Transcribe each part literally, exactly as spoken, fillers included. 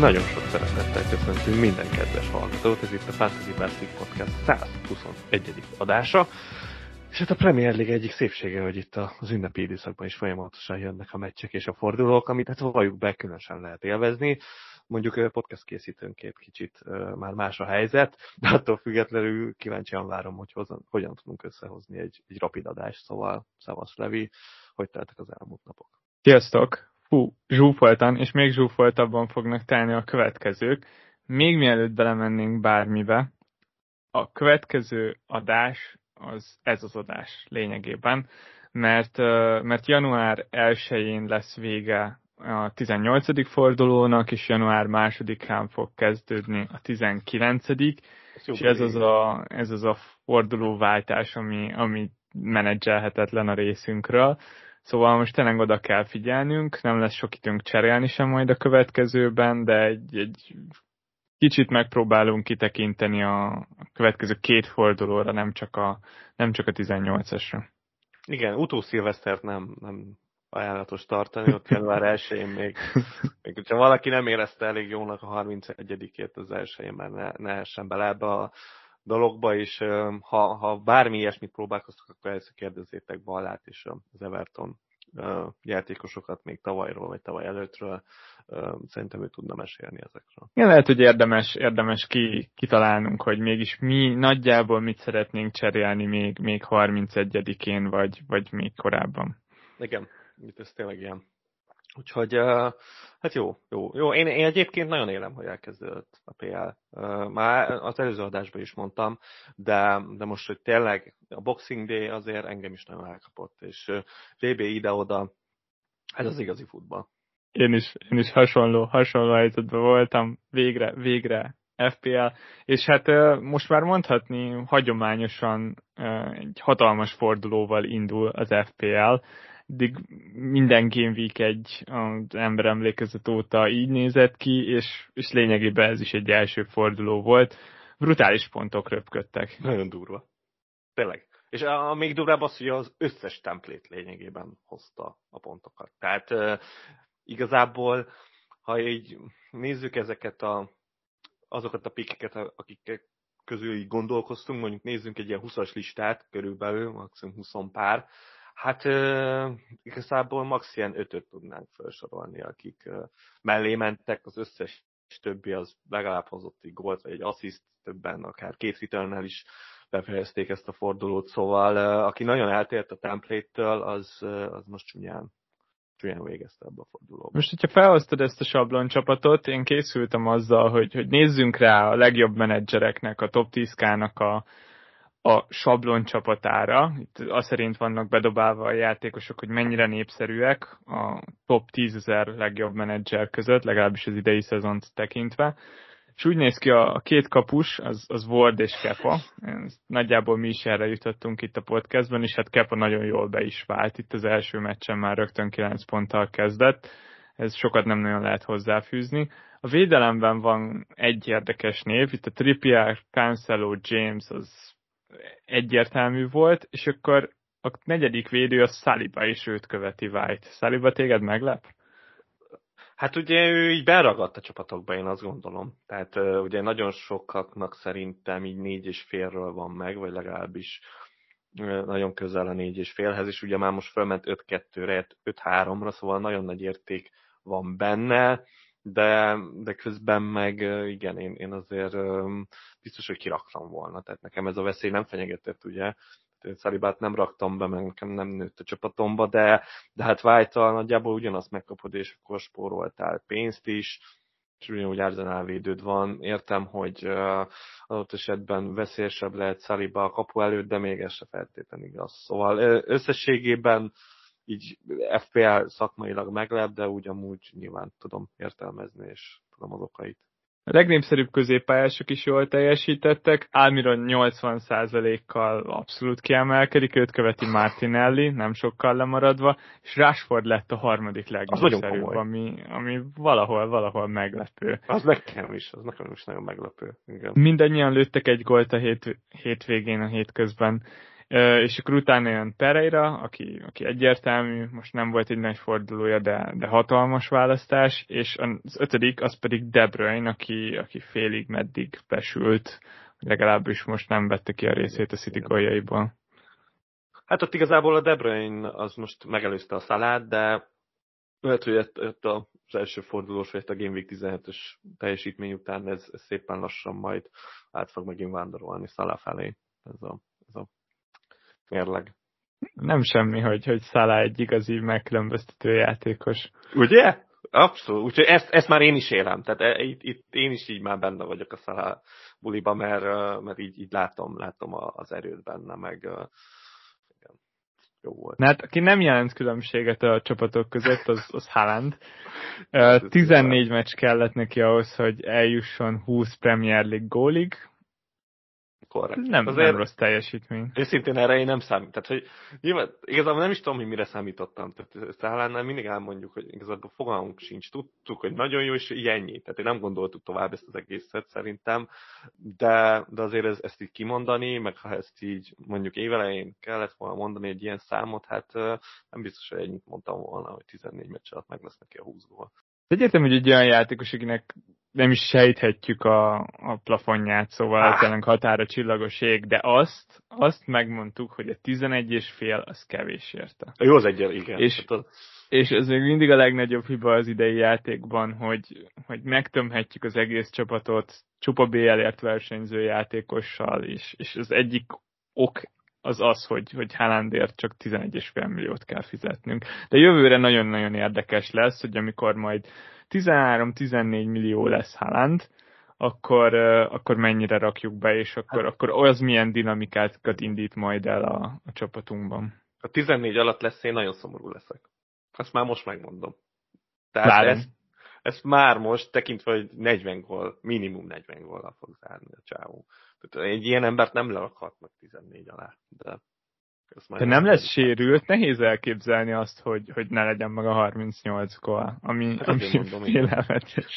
Nagyon sok szeretettel köszöntünk minden kedves hallgatót, ez itt a Fantasy Basket Podcast száz huszonegyedik adása, és hát a Premier League egyik szépsége, hogy itt az ünnepi időszakban is folyamatosan jönnek a meccsek és a fordulók, amit hát valljuk be, különösen lehet élvezni. Mondjuk podcast készítőnként kicsit uh, már más a helyzet, de attól függetlenül kíváncsian várom, hogy hozzan, hogyan tudunk összehozni egy, egy rapid adást, szóval szavasz Levi, hogy teltek az elmúlt napok. Sziasztok! Hú, zsúfoltan, és még zsúfoltabban fognak telni a következők. Még mielőtt belemennénk bármibe, a következő adás, az ez az adás lényegében, mert, mert január elsején lesz vége a tizennyolcadik fordulónak, és január másodikán fog kezdődni a tizenkilencedik és ez az a, ez az a fordulóváltás, ami, ami menedzselhetetlen a részünkről. Szóval most tényleg oda kell figyelnünk, nem lesz sok időnk cserélni sem majd a következőben, de egy, egy kicsit megpróbálunk kitekinteni a következő két fordulóra, nem csak a, nem csak a tizennyolcasra. Igen, utószilvesztert nem, nem ajánlatos tartani, ott január elsején még, még hogyha valaki nem érezte elég jónak a harmincegyedikét az elsején, már ne, ne essen bele ebbe a dologba, és ha, ha bármi ilyesmit próbálkoztak, akkor először kérdezzétek Ballát és az Everton játékosokat még tavalyról, vagy tavaly előttről. Szerintem ő tudna mesélni ezekről. Igen, lehet, hogy érdemes, érdemes ki, kitalálnunk, hogy mégis mi nagyjából mit szeretnénk cserélni még, még harmincegyedikén, vagy, vagy még korábban. Igen, itt ez tényleg ilyen. Úgyhogy, hát jó, jó, jó. Én, én egyébként nagyon élem, hogy elkezdődött a pé el. Már az előző adásban is mondtam, de, de most, hogy tényleg a Boxing Day azért engem is nagyon elkapott, és vé bé ide-oda, ez az igazi futball. Én is, én is hasonló, hasonló helyzetben voltam, végre, végre ef pé el, és hát most már mondhatni, hagyományosan egy hatalmas fordulóval indul az ef pé el, de minden Game Week egy az ember emlékezet óta így nézett ki, és, és lényegében ez is egy első forduló volt. Brutális pontok röpködtek. Nagyon durva. Tényleg. És a, a még durvább az, hogy az összes templét lényegében hozta a pontokat. Tehát uh, igazából, ha így nézzük ezeket a, azokat a pikkeket, akik közül így gondolkoztunk, mondjuk nézzünk egy ilyen húszas listát, körülbelül, maximum húsz pár, hát uh, igazából max. Ilyen ötöt tudnánk felsorolni, akik uh, mellé mentek, az összes többi az legalább hozott egy gólt, vagy egy assziszt, többen akár két returnnel is befejezték ezt a fordulót, szóval uh, aki nagyon eltért a template-től, az, uh, az most csúnyán, csúnyán végezte ebbe a fordulóba. Most, hogyha felhoztad ezt a sablon-csapatot, én készültem azzal, hogy, hogy nézzünk rá a legjobb menedzsereknek, a top tíz-kának a a sablon csapatára. Itt az szerint vannak bedobálva a játékosok, hogy mennyire népszerűek a top tízezer legjobb menedzser között, legalábbis az idei szezont tekintve. És úgy néz ki, a két kapus, az, az Ward és Kepa. Nagyjából mi is erre jutottunk itt a podcastban, és hát Kepa nagyon jól be is vált. Itt az első meccsen már rögtön kilenc ponttal kezdett. Ez sokat nem nagyon lehet hozzáfűzni. A védelemben van egy érdekes név, itt a Trippier, Cancelo, James, az egyértelmű volt, és akkor a negyedik védő a Saliba is őt követi White. Saliba téged meglep? Hát ugye ő így beragadt a csapatokba, én azt gondolom. Tehát uh, ugye nagyon sokaknak szerintem így négy és félről van meg, vagy legalábbis uh, nagyon közel a négy és félhez, és ugye már most fölment öt kettőre, öt háromra, szóval nagyon nagy érték van benne, de, de közben meg igen, én, én azért um, biztos, hogy kiraktam volna, tehát nekem ez a veszély nem fenyegetett, ugye, Salibát nem raktam be, mert nekem nem nőtt a csapatomba, de, de hát White-tal nagyjából ugyanazt megkapod, és akkor spóroltál pénzt is, és ugyanúgy Arsenal védőd van, értem, hogy uh, adott esetben veszélyesebb lehet Saliba a kapu előtt, de még ez se feltétlenül igaz. Szóval összességében így ef pé el szakmailag meglep, de úgy amúgy nyilván tudom értelmezni, és tudom az okait. A legnépszerűbb középpályások is jól teljesítettek, Almiron nyolcvan százalékkal abszolút kiemelkedik, őt követi Martinelli, nem sokkal lemaradva, és Rashford lett a harmadik legnépszerűbb, ami, ami valahol, valahol meglepő. Az nekem is, az nekem is nagyon meglepő. Igen. Mindannyian lőttek egy gólt a hét, hétvégén, a hétközben, és akkor utána jön Pereira, aki, aki egyértelmű, most nem volt egy nagy fordulója, de, de hatalmas választás, és az ötödik, az pedig De Bruyne, aki, aki félig meddig besült, legalábbis most nem vette ki a részét a City góljaiból. Hát ott igazából a De Bruyne az most megelőzte a Salát, de lehet, hogy itt az első fordulós, vagy a Game Week tizenhetes teljesítmény után ez, ez szépen lassan majd át fog megint vándorolni Salah felé. Ez a, ez a mérleg. Nem semmi, hogy, hogy Salah egy igazi megkülönböztető játékos. Ugye? Abszolút. Úgyhogy ezt, ezt már én is élem. Tehát itt, itt én is így már benne vagyok a Salah buliba, mert, mert így, így látom, látom az erőt benne, meg igen, jó volt. Hát aki nem jelent különbséget a csapatok között, az, az Haaland. tizennégy meccs kellett neki ahhoz, hogy eljusson húsz Premier League gólig. Korrekt. Nem, nem rossz teljesítmény. Őszintén erre én nem számít. Tehát, hogy nyilván, igazából nem is tudom, hogy mire számítottam. Tehát Haalandnál mindig elmondjuk, hogy igazából fogalmunk sincs. Tudtuk, hogy nagyon jó, és így ennyi. Tehát én nem gondoltuk tovább ezt az egészet szerintem. De, de azért ez, ezt így kimondani, meg ha ezt így mondjuk évelején kellett volna mondani egy ilyen számot, hát nem biztos, hogy ennyit mondtam volna, hogy tizennégy meccs alatt meg lesz neki a húsz gól. Egyértelmű, hogy egy olyan játékos, akinek nem is sejthetjük a, a plafonját, szóval ah. tényleg határa csillagos ég, de azt, azt megmondtuk, hogy a tizenegy és fél az kevés érte. Jó az egyel, igen. És, hát az... és ez még mindig a legnagyobb hiba az idei játékban, hogy, hogy megtömhetjük az egész csapatot csupa bé el-ért versenyző játékossal, és, és az egyik ok az az, hogy, hogy Haalandért csak tizenegy és fél milliót kell fizetnünk. De jövőre nagyon-nagyon érdekes lesz, hogy amikor majd tizenhárom-tizennégy millió lesz Haaland, akkor, akkor mennyire rakjuk be, és akkor, hát, akkor az milyen dinamikákat indít majd el a, a csapatunkban. A tizennégy alatt lesz, én nagyon szomorú leszek. Ezt már most megmondom. Tehát ezt, ezt már most, tekintve, hogy negyven gól, minimum negyven góllal fog zárni a csávó. Tehát egy ilyen embert nem lerakhatnak tizennégy alá. De Te nem lesz sérült, nehéz elképzelni azt, hogy, hogy ne legyen meg a harmincnyolc gól, ami, hát ami félelmetes.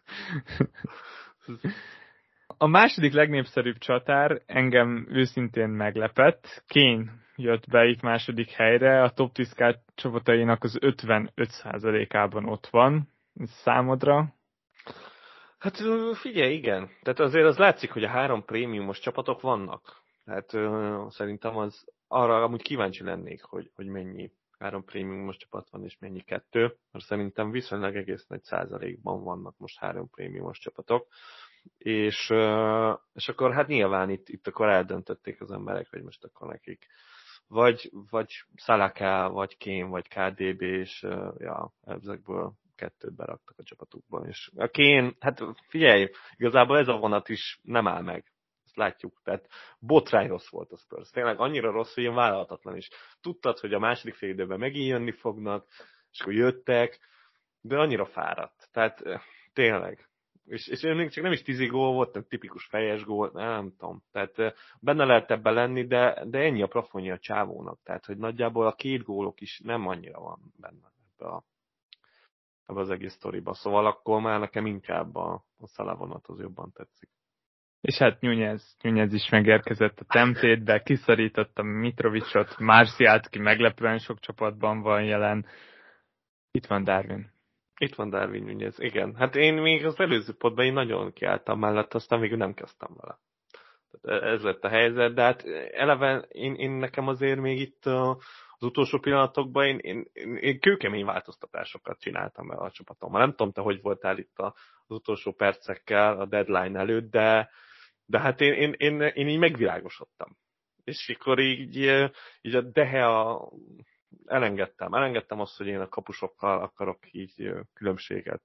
A második legnépszerűbb csatár engem őszintén meglepett. Kane jött be itt második helyre, a top tíz csapatainak az ötvenöt százalékában ott van. Ez számodra? Hát figyelj, igen. Tehát azért az látszik, hogy a három prémiumos csapatok vannak. Hát uh, szerintem az arra amúgy kíváncsi lennék, hogy, hogy mennyi három prémiumos csapat van, és mennyi kettő. Mert szerintem viszonylag egész nagy százalékban vannak most három prémiumos csapatok. És, uh, és akkor hát nyilván itt, itt akkor eldöntötték az emberek, hogy most akkor nekik vagy, vagy Salaka, vagy Kane, vagy ká dé bé, és uh, ja, ezekből kettőt beraktak a csapatukban. És a Kane, hát figyelj, igazából ez a vonat is nem áll meg. Ezt látjuk. Tehát botrány rossz volt a Spurs. Tényleg annyira rossz, hogy ilyen vállalhatatlan is. Tudtad, hogy a második fél időben megint jönni fognak, és akkor jöttek, de annyira fáradt. Tehát tényleg. És, és még csak nem is tíz gól volt, nem tipikus fejes gól, nem tudom. Tehát benne lehet ebben lenni, de, de ennyi a plafonja a csávónak. Tehát, hogy nagyjából a két gólok is nem annyira van benne ebbe a ebbe az egész sztoriba. Szóval akkor már nekem inkább a, a Salah vonathoz jobban tetszik. És hát Nunez, Nunez is megérkezett a template-be, kiszorította Mitrovicsot, Marcialt, ki meglepően sok csapatban van jelen. Itt van Darwin. Itt van Darwin Nunez, igen. Hát én még az előző potban én nagyon kiálltam mellett, aztán végül nem kezdtem vele. Tehát ez lett a helyzet, de hát eleve én, én nekem azért még itt az utolsó pillanatokban én, én, én, én kőkemény változtatásokat csináltam el a csapatommal. Nem tudom, te hogy voltál itt az utolsó percekkel a deadline előtt, de, de hát én, én, én, én így megvilágosodtam. És akkor így, így a dehe a, elengedtem. Elengedtem azt, hogy én a kapusokkal akarok így különbséget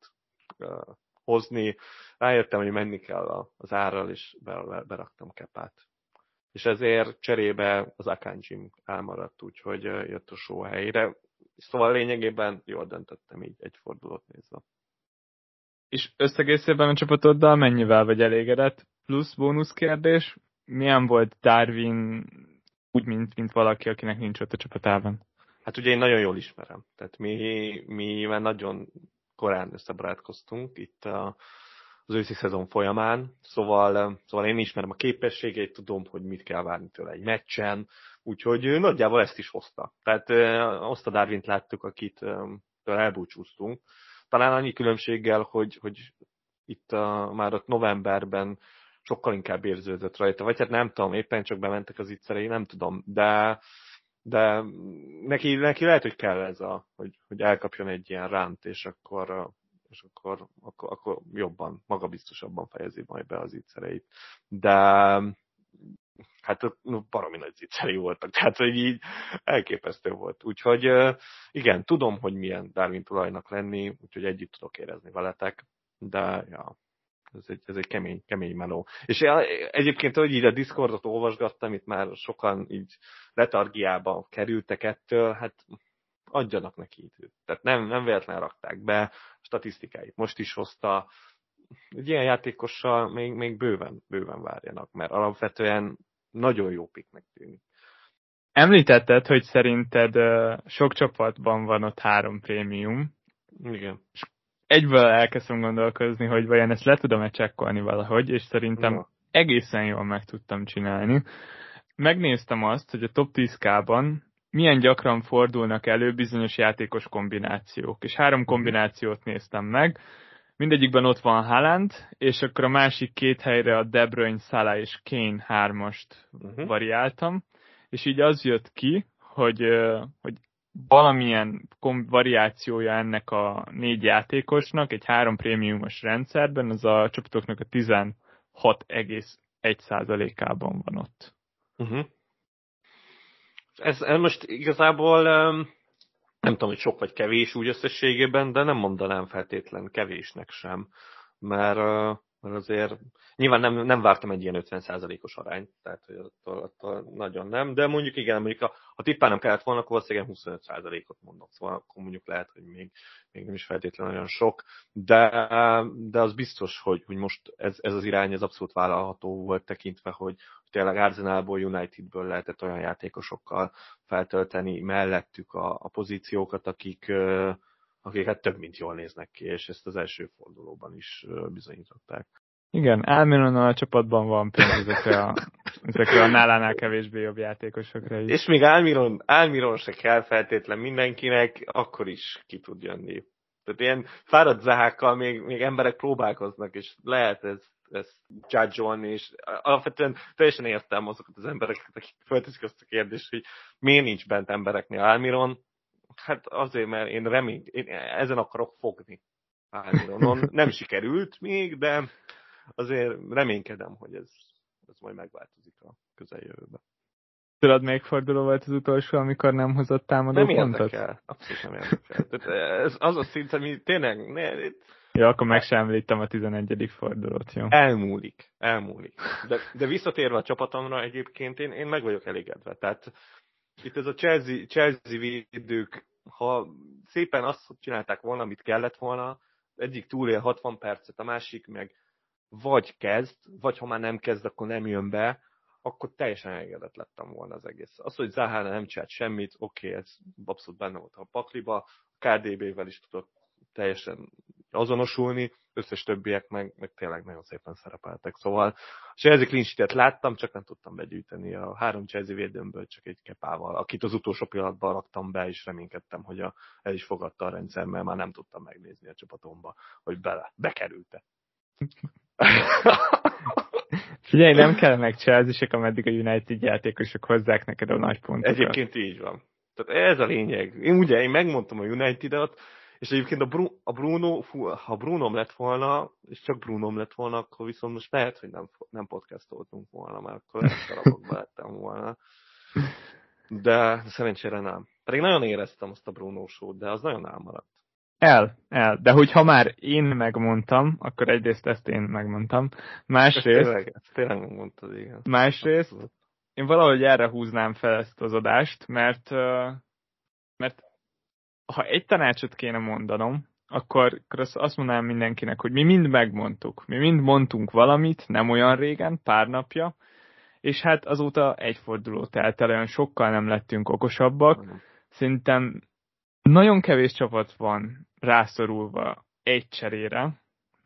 hozni. Rájöttem, hogy menni kell az árral, és beraktam Kepát. És ezért cserébe az Akanji elmaradt, úgyhogy jött a show helyére. Szóval lényegében jól döntöttem így egy fordulót nézve. És összegészében a csapatoddal mennyivel vagy elégedett? Plusz bónusz kérdés, milyen volt Darwin úgy, mint, mint valaki, akinek nincs ott a csapatában? Hát ugye én nagyon jól ismerem. Tehát mi, mi már nagyon korán összebarátkoztunk itt a az őszi szezon folyamán, szóval, szóval én ismerem a képességeit, tudom, hogy mit kell várni tőle egy meccsen, úgyhogy nagyjából ezt is hozta. Tehát azt a Darwint láttuk, akit elbúcsúztunk. Talán annyi különbséggel, hogy, hogy itt a, már ott novemberben sokkal inkább érződött rajta, vagy hát nem tudom, éppen csak bementek az ittszerei, nem tudom, de, de neki, neki lehet, hogy kell ez a, hogy, hogy elkapjon egy ilyen ránt, és akkor, és akkor, akkor, akkor jobban, magabiztosabban fejezi majd be az ittszereit. De hát baromi nagy zicserei voltak, tehát hogy így elképesztő volt. Úgyhogy igen, tudom, hogy milyen Darwin tulajnak lenni, úgyhogy együtt tudok érezni veletek, de ja, ez egy, ez egy kemény, kemény meló. És egyébként, hogy így a Discordot olvasgattam, itt már sokan így letargiába kerültek ettől, hát adjanak neki időt. Tehát nem, nem véletlen rakták be a statisztikáit. Most is hozta, egy ilyen játékossal még, még bőven, bőven várjanak, mert alapvetően nagyon jó piknek tűnik. Említetted, hogy szerinted sok csapatban van ott három prémium. Igen. Egyből elkezdtem gondolkozni, hogy vajon ezt le tudom-e csekkolni valahogy, és szerintem no. egészen jól meg tudtam csinálni. Megnéztem azt, hogy a top tíz K-ban milyen gyakran fordulnak elő bizonyos játékos kombinációk, és három kombinációt néztem meg. Mindegyikben ott van Haaland, és akkor a másik két helyre a De Bruyne, Salah és Kane hármast uh-huh. variáltam, és így az jött ki, hogy, hogy valamilyen kom- variációja ennek a négy játékosnak egy három prémiumos rendszerben, az a csapatoknak a tizenhat egész egy százalékában van ott. Uh-huh. Ez, ez most igazából nem tudom, hogy sok vagy kevés úgy összességében, de nem mondanám feltétlen kevésnek sem, mert, mert azért nyilván nem, nem vártam egy ilyen ötven százalékos arányt, tehát hogy attól, attól nagyon nem, de mondjuk igen, mondjuk a, ha tippán nem kellett volna, akkor valószínűleg huszonöt százalékot mondok, szóval akkor mondjuk lehet, hogy még, még nem is feltétlenül olyan sok, de, de az biztos, hogy, hogy most ez, ez az irány ez abszolút vállalható volt tekintve, hogy tényleg Arsenalból, Unitedből lehetett olyan játékosokkal feltölteni mellettük a, a pozíciókat, akik, akik hát több mint jól néznek ki, és ezt az első fordulóban is bizonyították. Igen, Almironnal a csapatban van pénz ezekre a, ezekre a nálánál kevésbé jobb játékosokra is. És még Almiron, Almiron se kell feltétlen mindenkinek, akkor is ki tud jönni. Tehát ilyen fáradt Zahákkal még, még emberek próbálkoznak, és lehet ez ezt judge-olni, és alapvetően teljesen értem azokat az embereket, akik felteszik azt a kérdést, hogy miért nincs bent embereknél Almiron. Hát azért, mert én remény, én ezen akarok fogni Almironon. Nem sikerült még, de azért reménykedem, hogy ez, ez majd megváltozik a közeljövőben. Tudod, még forduló volt az utolsó, amikor nem hozott támadó nem pontot? Nem érdekel. Abszolút nem érdekel. Tehát ez az a szint, ami tényleg... Ne, itt, ja, akkor meg sem említem a tizenegyedik fordulót, jó? Elmúlik, elmúlik. De, de visszatérve a csapatomra egyébként, én, én meg vagyok elégedve. Tehát itt ez a Chelsea, Chelsea védők, ha szépen azt csinálták volna, amit kellett volna, egyik túlél hatvan percet, a másik meg vagy kezd, vagy ha már nem kezd, akkor nem jön be, akkor teljesen elégedett lettem volna az egész. Az, hogy Zaha nem csinált semmit, oké, okay, ez abszolút benne volt a pakliba, a ká dé bé-vel is tudott teljesen azonosulni, összes többiek meg, meg tényleg nagyon szépen szerepeltek. Szóval Chelsea clean sheet-et láttam, csak nem tudtam begyűjteni a három Chelsea védőmből, csak egy Kepával, akit az utolsó pillanatban raktam be, és reménykedtem, hogy a, el is fogadta a rendszer, mert már nem tudtam megnézni a csapatomba, hogy bele, bekerült-e. Figyelj, nem kell meg Chelsea-sek, ameddig a United játékosok hozzák neked a nagy pontokat. Egyébként így van. Tehát ez a lényeg. Én ugye, én megmondtam a United-et, és egyébként a, Bru- a Bruno, fú, ha Brunom lett volna, és csak Brunom lett volna, akkor viszont most lehet, hogy nem, nem podcastoltunk volna, mert akkor lehet darabokba lettem volna. De szerencsére nem. Pedig nagyon éreztem azt a Bruno show-t, de az nagyon elmaradt. El, el. De hogyha már én megmondtam, akkor egyrészt ezt én megmondtam. Másrészt... Ezt tényleg, ezt tényleg megmondtad, igen. Másrészt abszolút. Én valahogy erre húznám fel ezt az adást, mert, mert ha egy tanácsot kéne mondanom, akkor, akkor azt mondanám mindenkinek, hogy mi mind megmondtuk. Mi mind mondtunk valamit, nem olyan régen, pár napja, és hát azóta egy forduló telt el, olyan sokkal nem lettünk okosabbak. Mm. Szerintem nagyon kevés csapat van rászorulva egy cserére,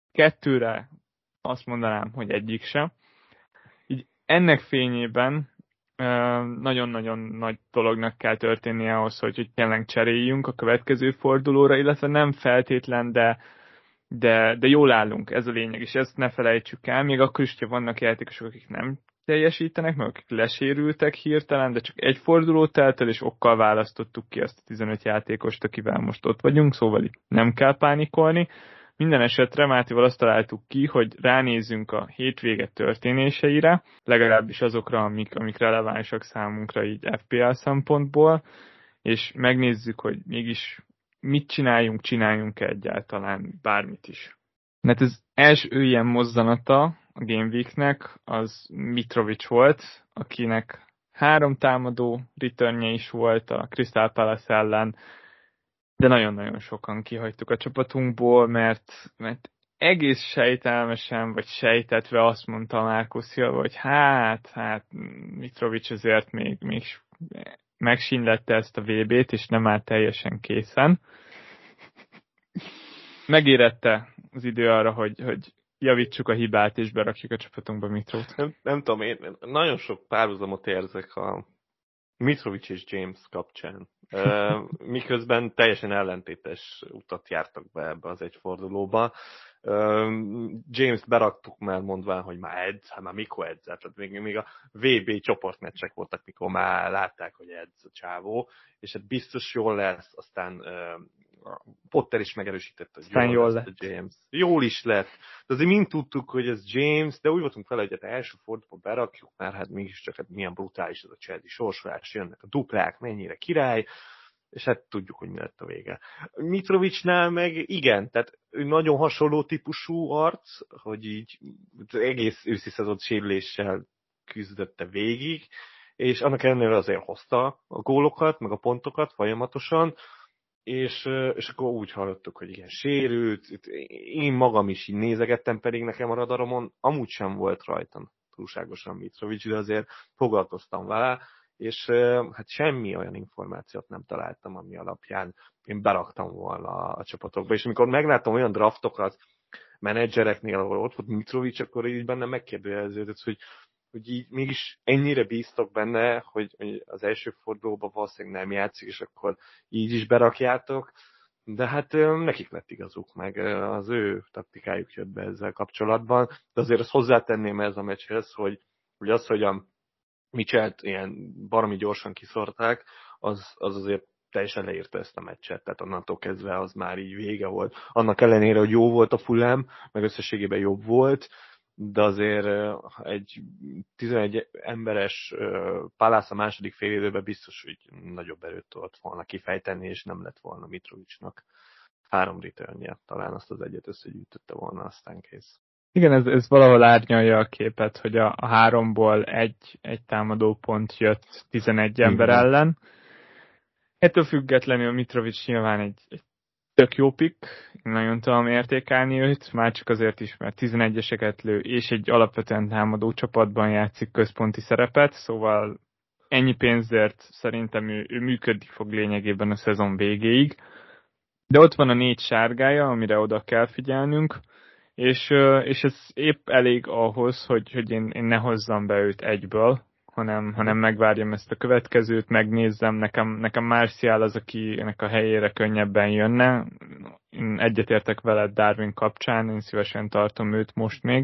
kettőre azt mondanám, hogy egyik sem. Így ennek fényében nagyon-nagyon nagy dolognak kell történnie ahhoz, hogy, hogy tényleg cseréljünk a következő fordulóra, illetve nem feltétlen, de, de, de jól állunk, ez a lényeg, és ezt ne felejtsük el, még akkor is, hogy vannak játékosok, akik nem teljesítenek, meg akik lesérültek hirtelen, de csak egy forduló telt el, és okkal választottuk ki azt a tizenöt játékost, akivel most ott vagyunk, szóval itt nem kell pánikolni. Minden esetre Mátival azt találtuk ki, hogy ránézzünk a hétvége történéseire, legalábbis azokra, amik, amik relevánsak számunkra így ef pé el szempontból, és megnézzük, hogy mégis mit csináljunk, csináljunk egyáltalán bármit is. Mert az első ilyen mozzanata a Game Weeknek az Mitrovic volt, akinek három támadó returnje is volt a Crystal Palace ellen, de nagyon-nagyon sokan kihagytuk a csapatunkból, mert, mert egész sejtelmesen, vagy sejtetve azt mondta Marco Silva, hogy hát, hát Mitrovic azért még, még megsínlette ezt a vé bét, és nem áll teljesen készen. Megérette az idő arra, hogy, hogy javítsuk a hibát, és berakjuk a csapatunkba Mitrót. Nem, nem tudom, én nagyon sok párhuzamot érzek a Mitrovic és James kapcsán. Uh, miközben teljesen ellentétes utat jártak be ebbe az egyfordulóba. Uh, James beraktuk már mondván, hogy már edz, hát már mikor edzett. Tehát még, még a vé bé csoportmeccsek voltak, mikor már látták, hogy edz a csávó, és hát biztos jól lesz, aztán uh, Potter is megerősítette, hogy jól, jól lesz a James. Jól is lett. De azért mind tudtuk, hogy ez James, de úgy voltunk vele, hogy hát első fordulóba berakjuk, mert hát mégiscsak hát milyen brutális ez a Chelsea sorsolás, jönnek a duplák, mennyire király, és hát tudjuk, hogy mi lett a vége. Mitrovicnál meg igen, tehát ő nagyon hasonló típusú arc, hogy így egész őszi szezon sérüléssel küzdötte végig, és annak ellenére azért hozta a gólokat, meg a pontokat folyamatosan, És, és akkor úgy hallottuk, hogy igen, sérült, én magam is így nézegettem, pedig nekem a radaromon amúgy sem volt rajtam túlságosan Mitrovic, de azért foglalkoztam vele, és hát semmi olyan információt nem találtam, ami alapján én beraktam volna a csapatokba, és amikor megláttam olyan draftokat menedzsereknél, ahol ott volt Mitrovic, akkor így bennem megkérdeződött, hogy hogy így mégis ennyire bíztok benne, hogy, hogy az első fordulóban valószínűleg nem játszik, és akkor így is berakjátok, de hát nekik lett igazuk, meg az ő taktikájuk jött be ezzel kapcsolatban, de azért azt hozzátenném ez a meccshez, hogy, hogy az, hogy a Mitchell-t ilyen baromi gyorsan kiszorták, az, az azért teljesen leírta ezt a meccset, tehát onnantól kezdve az már így vége volt. Annak ellenére, hogy jó volt a Fulham, meg összességében jobb volt, de azért egy tizenegy emberes Palace a második fél időben biztos, hogy nagyobb erőt tudott volna kifejteni, és nem lett volna Mitrovicnak három returnje. Talán azt az egyet összegyűjtötte volna, aztán kész. Igen, ez, ez valahol árnyalja a képet, hogy a, a háromból egy, egy támadó pont jött tizenegy ember Igen. ellen. Ettől függetlenül Mitrovic nyilván egy, egy tök jó pick, nagyon tudom értékelni őt, már csak azért is, mert tizenegyeseket lő, és egy alapvetően támadó csapatban játszik központi szerepet, szóval ennyi pénzért szerintem ő, ő működni fog lényegében a szezon végéig. De ott van a négy sárgája, amire oda kell figyelnünk, és, és ez épp elég ahhoz, hogy, hogy én, én ne hozzam be őt egyből, hanem, hanem megvárjam ezt a következőt, megnézzem, nekem, nekem Martial az, akinek a helyére könnyebben jönne. Én egyetértek veled Darwin kapcsán, én szívesen tartom őt most még.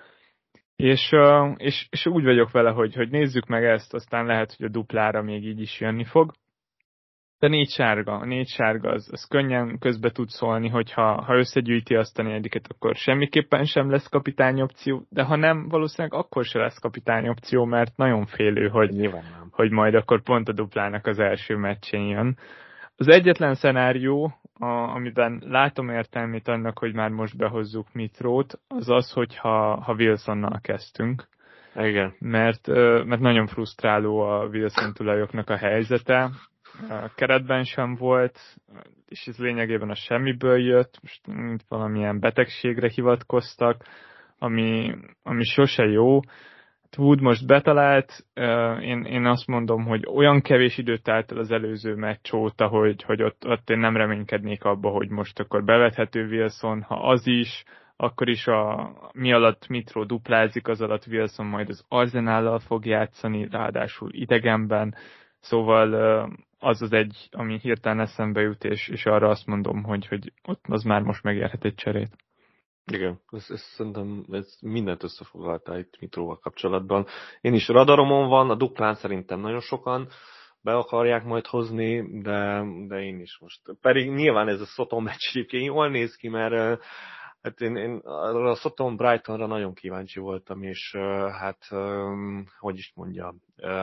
És, és, és úgy vagyok vele, hogy, hogy nézzük meg ezt, aztán lehet, hogy a duplára még így is jönni fog. De négy sárga, a négy sárga az, az könnyen közbe tud szólni, hogyha ha összegyűjti azt a negyediket, akkor semmiképpen sem lesz kapitány opció, de ha nem, valószínűleg akkor se lesz kapitány opció, mert nagyon félő, hogy, hogy majd akkor pont a duplának az első meccsén jön. Az egyetlen szenárió, a, amiben látom értelmét annak, hogy már most behozzuk Mitrót, az az, hogyha ha Wilsonnal kezdtünk. Igen. Mert, mert nagyon frusztráló a Wilson tulajoknak a helyzete. A keretben sem volt, és ez lényegében a semmiből jött, most mint valamilyen betegségre hivatkoztak, ami, ami sose jó. Wood most betalált, én, én azt mondom, hogy olyan kevés időt telt el az előző meccs óta, hogy, hogy ott, ott én nem reménykednék abba, hogy most akkor bevethető Wilson, ha az is, akkor is a, mi alatt Mitro duplázik, az alatt Wilson majd az Arsenállal fog játszani, ráadásul idegenben, szóval az az egy, ami hirtelen eszembe jut, és, és arra azt mondom, hogy, hogy ott az már most megérhet egy cserét. Igen, ez, ez szerintem ez mindent összefoglalta itt Mitróval kapcsolatban. Én is radaromon van, a duplán szerintem nagyon sokan be akarják majd hozni, de, de én is most. Pedig nyilván ez a Soton meccs egyébként jól néz ki, mert hát én, én a Soton Brightonra nagyon kíváncsi voltam, és hát hogy is mondjam,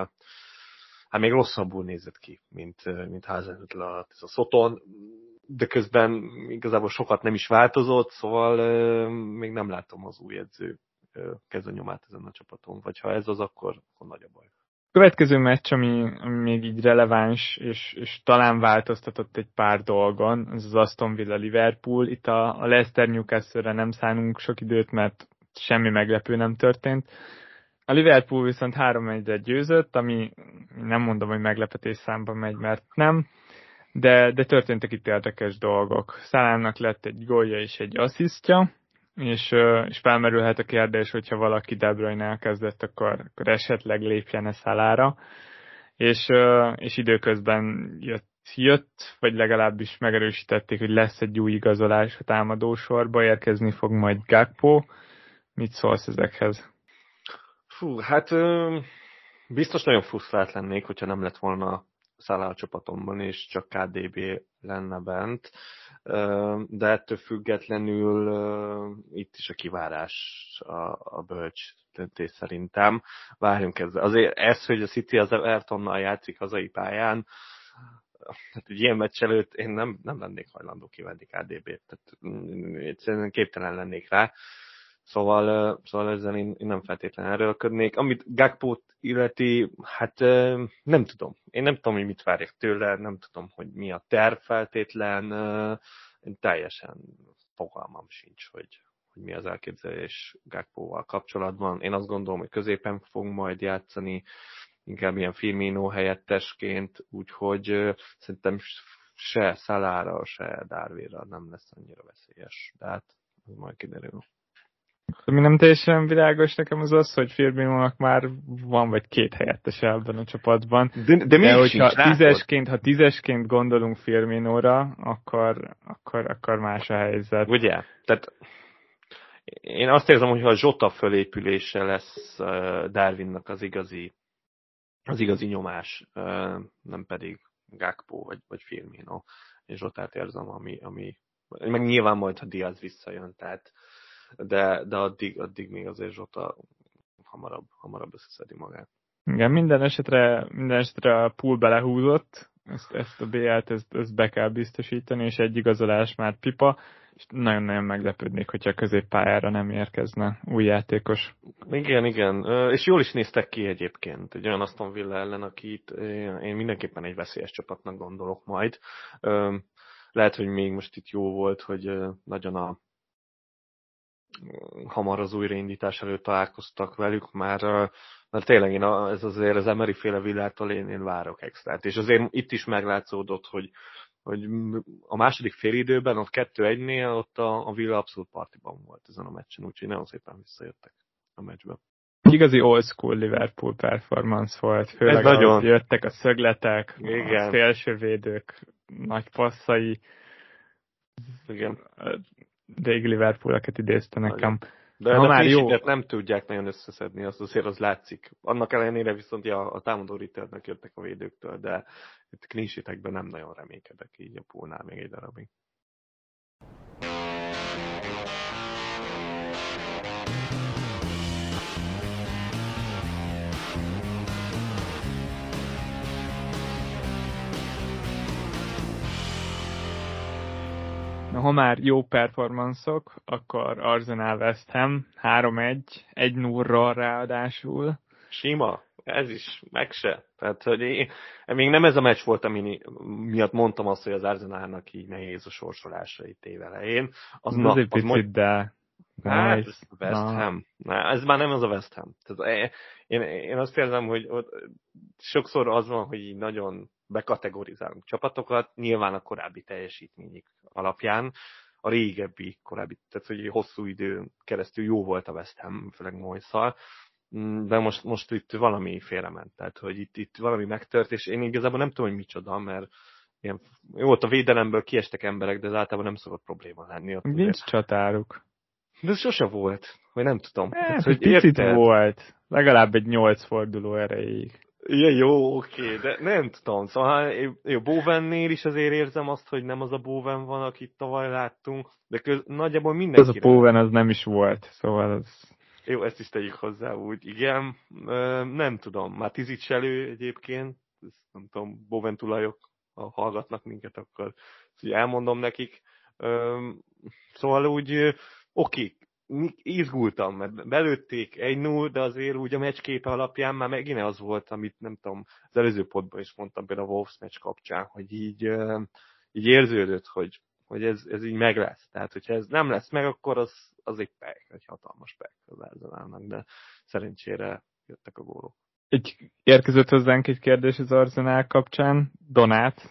hát még rosszabbul nézett ki, mint, mint Hasenhüttl alatt ez a Soton, de közben igazából sokat nem is változott, szóval euh, még nem látom az új edző euh, kezonyomát ezen a csapaton, vagy ha ez az, akkor, akkor nagy a baj. Következő meccs, ami, ami még így releváns, és, és talán változtatott egy pár dolgon, az az Aston Villa Liverpool. Itt a, a Leicester Newcastle-re nem szánunk sok időt, mert semmi meglepő nem történt. A Liverpool viszont három egyre győzött, ami nem mondom, hogy meglepetés számban megy, mert nem, de, de történtek itt érdekes dolgok. Salahnak lett egy gólja és egy asszisztja, és, és felmerülhet a kérdés, hogyha valaki De Bruyne-nál kezdett, akkor, akkor esetleg lépjen-e Salahra, és, és időközben jött, jött, vagy legalábbis megerősítették, hogy lesz egy új igazolás a támadósorba, érkezni fog majd Gakpo. Mit szólsz ezekhez? Fú, hát biztos nagyon frusztrált lennék, hogyha nem lett volna Salah a csapatomban, és csak ká dé bé lenne bent, de ettől függetlenül itt is a kivárás a, a bölcs döntés szerintem. Várjunk ezzel. Azért ez, hogy a City az Evertonnal játszik hazai pályán, hát egy ilyen meccs előtt én nem, nem lennék hajlandó kivenni ká dé bét, tehát egyszerűen képtelen lennék rá. Szóval, szóval ezzel én, én nem feltétlenül erőlködnék. Amit Gakpót illeti, hát nem tudom. Én nem tudom, hogy mit várjak tőle, nem tudom, hogy mi a terv feltétlen. Én teljesen fogalmam sincs, hogy, hogy mi az elképzelés Gakpóval kapcsolatban. Én azt gondolom, hogy középen fog majd játszani, inkább ilyen Firmino helyettesként, úgyhogy szerintem se Salahra, se Darwinra nem lesz annyira veszélyes. De hát majd kiderül. Ami nem teljesen világos nekem az az, hogy Firminónak már van vagy két helyettes ebben a csapatban. De, de, de hogyha sincs, tízesként, ha tízesként gondolunk Firminóra, akkor, akkor, akkor más a helyzet. Ugye? Tehát én azt érzem, hogy ha a Zsota fölépülése lesz Darwinnak az igazi, az igazi nyomás, nem pedig Gakpo vagy, vagy Firmino. Én Zsotát érzem, ami, ami meg nyilván majd, ha Diaz visszajön, tehát de, de addig, addig még azért Zsota hamarabb, hamarabb összeszedi magát. Igen, minden esetre, minden esetre a pool belehúzott, ezt, ezt a bé el-t ezt, ezt be kell biztosítani, és egy igazolás már pipa, és nagyon-nagyon meglepődnék, hogyha a középpályára nem érkezne új játékos. Igen, igen, és jól is néztek ki egyébként, egy olyan Aston Villa ellen, akit én mindenképpen egy veszélyes csapatnak gondolok majd. Lehet, hogy még most itt jó volt, hogy nagyon a hamar az újraindítás előtt találkoztak velük, már, mert tényleg én a, ez azért az Emery féle Villától én, én várok extrát. És azért itt is meglátszódott, hogy, hogy a második félidőben, ott kettő egynél ott a, a Villa abszolút partiban volt ezen a meccsen, úgyhogy nagyon szépen visszajöttek a meccsbe. Igazi old school Liverpool performance volt, főleg nagyon... jöttek a szögletek, igen. a szélsővédők nagy passzai. Igen. Régi Liverpool-eket idézte nekem. De ha már jó, nem tudják nagyon összeszedni, azt azért az látszik. Annak ellenére viszont ja, a támadó returnnek jöttek a védőktől, de itt clean sheetekben nem nagyon reménykedek így a poolnál még egy darabig. Ha már jó performanszok, akkor Arsenal West Ham három egy, egy nulla ráadásul. Sima, ez is, meg se. Tehát, hogy én, még nem ez a meccs volt, ami miatt mondtam azt, hogy az Arsenalnak így nehéz a sorsolása itt évelején. Az, az na, egy picit, mond... de... Hát, ez West Ham. Na, ez már nem az a West Ham. Tehát, én, én azt érzem, hogy ott sokszor az van, hogy így nagyon bekategorizálunk csapatokat, nyilván a korábbi teljesítményük alapján. a régebbi, korábbi, tehát hogy hosszú idő keresztül jó volt a West Ham, főleg Moyes-szal, de most, most itt valami félrement, tehát hogy itt, itt valami megtört, és én igazából nem tudom, hogy micsoda, mert ilyen, jó, ott a védelemből kiestek emberek, de ez általában nem szokott probléma lenni. Ott Nincs azért. csatáruk. De ez sose volt, vagy nem tudom. Hát, hát, hogy picit érted? Volt. Legalább egy nyolc forduló erejéig. Ja, jó, oké, de nem tudom. Szóval jó, Bowennél is azért érzem azt, hogy nem az a Bowen van, akit tavaly láttunk, de köz, nagyjából mindenki. Az a Bowen az nem is volt, szóval az... Jó, ezt is tegyük hozzá úgy, igen. Nem tudom, már Tizic elő egyébként, nem tudom, Bowen tulajok, ha hallgatnak minket, akkor elmondom nekik. Szóval úgy, oké, izgultam, mert belőtték egy null, de azért úgy a meccsképe alapján már megint az volt, amit nem tudom, az előző podban is mondtam, például a Wolves meccs kapcsán, hogy így, így érződött, hogy, hogy ez, ez így meg lesz. Tehát, hogyha ez nem lesz meg, akkor az, az egy pek, egy hatalmas pek az Arsenalnak, de szerencsére jöttek a gólok. Egy érkezett hozzánk egy kérdés az Arsenal kapcsán. Donát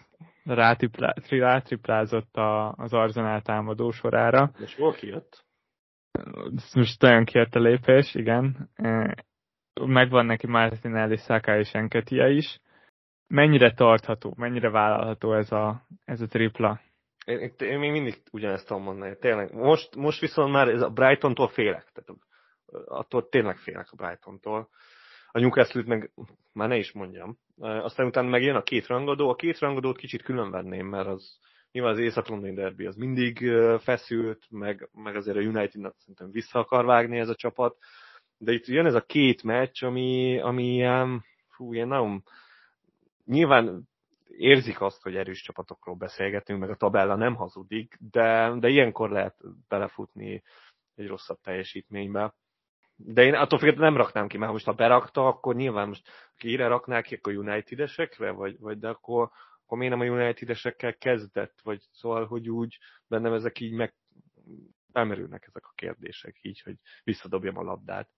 rátriplázott az Arsenal támadó sorára. És hol kijött? Ez most nagyon kérte lépés, igen. Megvan neki Martinelli, Saka és Enketia is. Mennyire tartható, mennyire vállalható ez a, ez a tripla? Én, én még mindig ugyanezt tudom mondani. Tényleg. Most, most viszont már ez a Brightontól félek. Tehát attól tényleg félek a Brightontól. A Newcastle-t meg már ne is mondjam. Aztán utána meg jön a két rangadó. A két rangadót kicsit külön venném, mert az nyilván az Észak-Londoni derbi az mindig feszült, meg, meg azért a Unitednak szerintem vissza akar vágni ez a csapat. De itt jön ez a két meccs, ami, ami ilyen, fú, ilyen nagyon... Nyilván érzik azt, hogy erős csapatokról beszélgetünk, meg a tabella nem hazudik, de, de ilyenkor lehet belefutni egy rosszabb teljesítménybe. De én attól függetlenül nem raknám ki, mert most ha berakta, akkor nyilván most kire raknál ki, akkor United-esekre, vagy, vagy de akkor, akkor miért nem a United-esekkel kezdett, vagy szóval, hogy úgy bennem ezek így meg elmerülnek ezek a kérdések, így, hogy visszadobjam a labdát.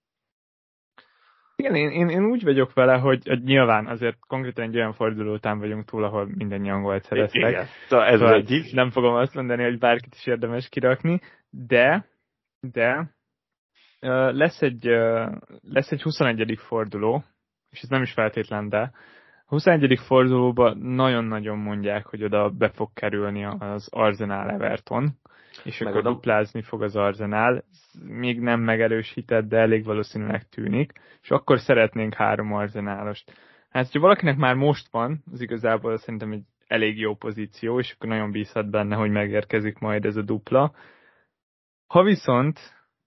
Igen, én, én, én úgy vagyok vele, hogy, hogy nyilván azért konkrétan egy olyan forduló után vagyunk túl, ahol mindannyian gólt szereztek. Igen, szóval ez szóval egyik. Nem fogom azt mondani, hogy bárkit is érdemes kirakni, de, de lesz egy, lesz egy huszonegyedik forduló, és ez nem is feltétlen, de a huszonegyedik fordulóban nagyon-nagyon mondják, hogy oda be fog kerülni az Arsenal Everton, és meg akkor oda... duplázni fog az Arsenal, még nem megerősített, de elég valószínűleg tűnik, és akkor szeretnénk három Arsenálost. Hát, hogyha valakinek már most van, az igazából szerintem egy elég jó pozíció, és akkor nagyon bízhat benne, hogy megérkezik majd ez a dupla. Ha viszont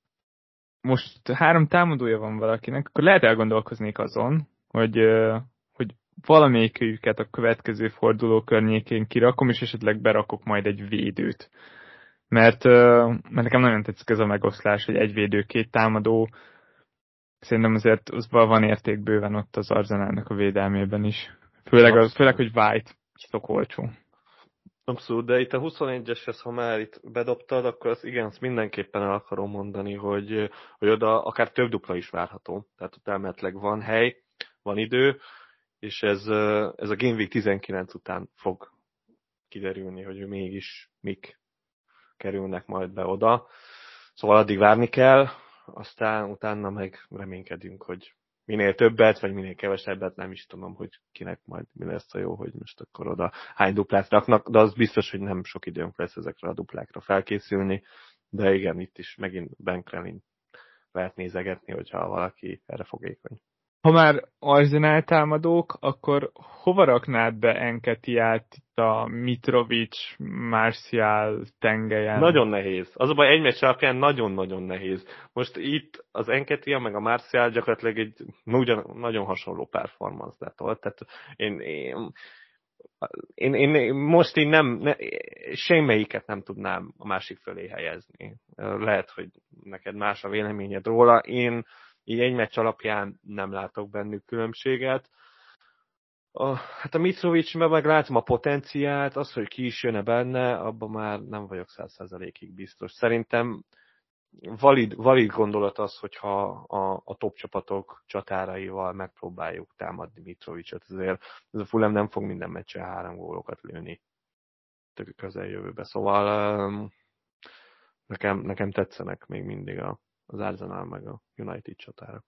most három támadója van valakinek, akkor lehet elgondolkoznék azon, hogy, hogy valamelyiküket a következő forduló környékén kirakom, és esetleg berakok majd egy védőt. Mert, mert nekem nagyon tetszik ez a megoszlás, hogy egy védő, két támadó. Szerintem azért az van érték bőven ott az Arsenalnak a védelmében is. Főleg, az, főleg hogy White sok olcsó. Abszolút, de itt a huszonegyeshez, ha már itt bedobtad, akkor azt igen, azt mindenképpen el akarom mondani, hogy, hogy oda akár több dupla is várható. Tehát ott elméletileg van hely, van idő, és ez, ez a Game Week tizenkilenc után fog kiderülni, hogy mégis mik kerülnek majd be oda. Szóval addig várni kell, aztán utána meg reménykedünk, hogy minél többet, vagy minél kevesebbet, nem is tudom, hogy kinek majd mi lesz a jó, hogy most akkor oda hány duplát raknak, de az biztos, hogy nem sok időnk lesz ezekre a duplákra felkészülni, de igen, itt is megint Ben Crellin lehet nézegetni, hogyha valaki erre fogékony. Ha már Arsenal támadók, akkor hova raknád be Enketiát itt a Mitrovic, Martial tengelyen? Nagyon nehéz. Az a baj, egy meccs alapján nagyon-nagyon nehéz. Most itt az Enketia meg a Martial gyakorlatilag egy ugyan, nagyon hasonló performance letolt. Tehát én, én, én, én most én nem, ne, semmelyiket nem tudnám a másik fölé helyezni. Lehet, hogy neked más a véleményed róla. Én így egy meccs alapján nem látok bennük különbséget. A, hát a Mitrovic-ben meg látom a potenciált, az, hogy ki is jön-e benne, abban már nem vagyok száz százalékig biztos. Szerintem valid, valid gondolat az, hogyha a, a top csapatok csatáraival megpróbáljuk támadni Mitrovicot. Ezért ez a Fulham nem fog minden meccsen három gólokat lőni tök közeljövőbe. Szóval Nekem, nekem tetszenek még mindig a, az Arsenal meg a United csatára.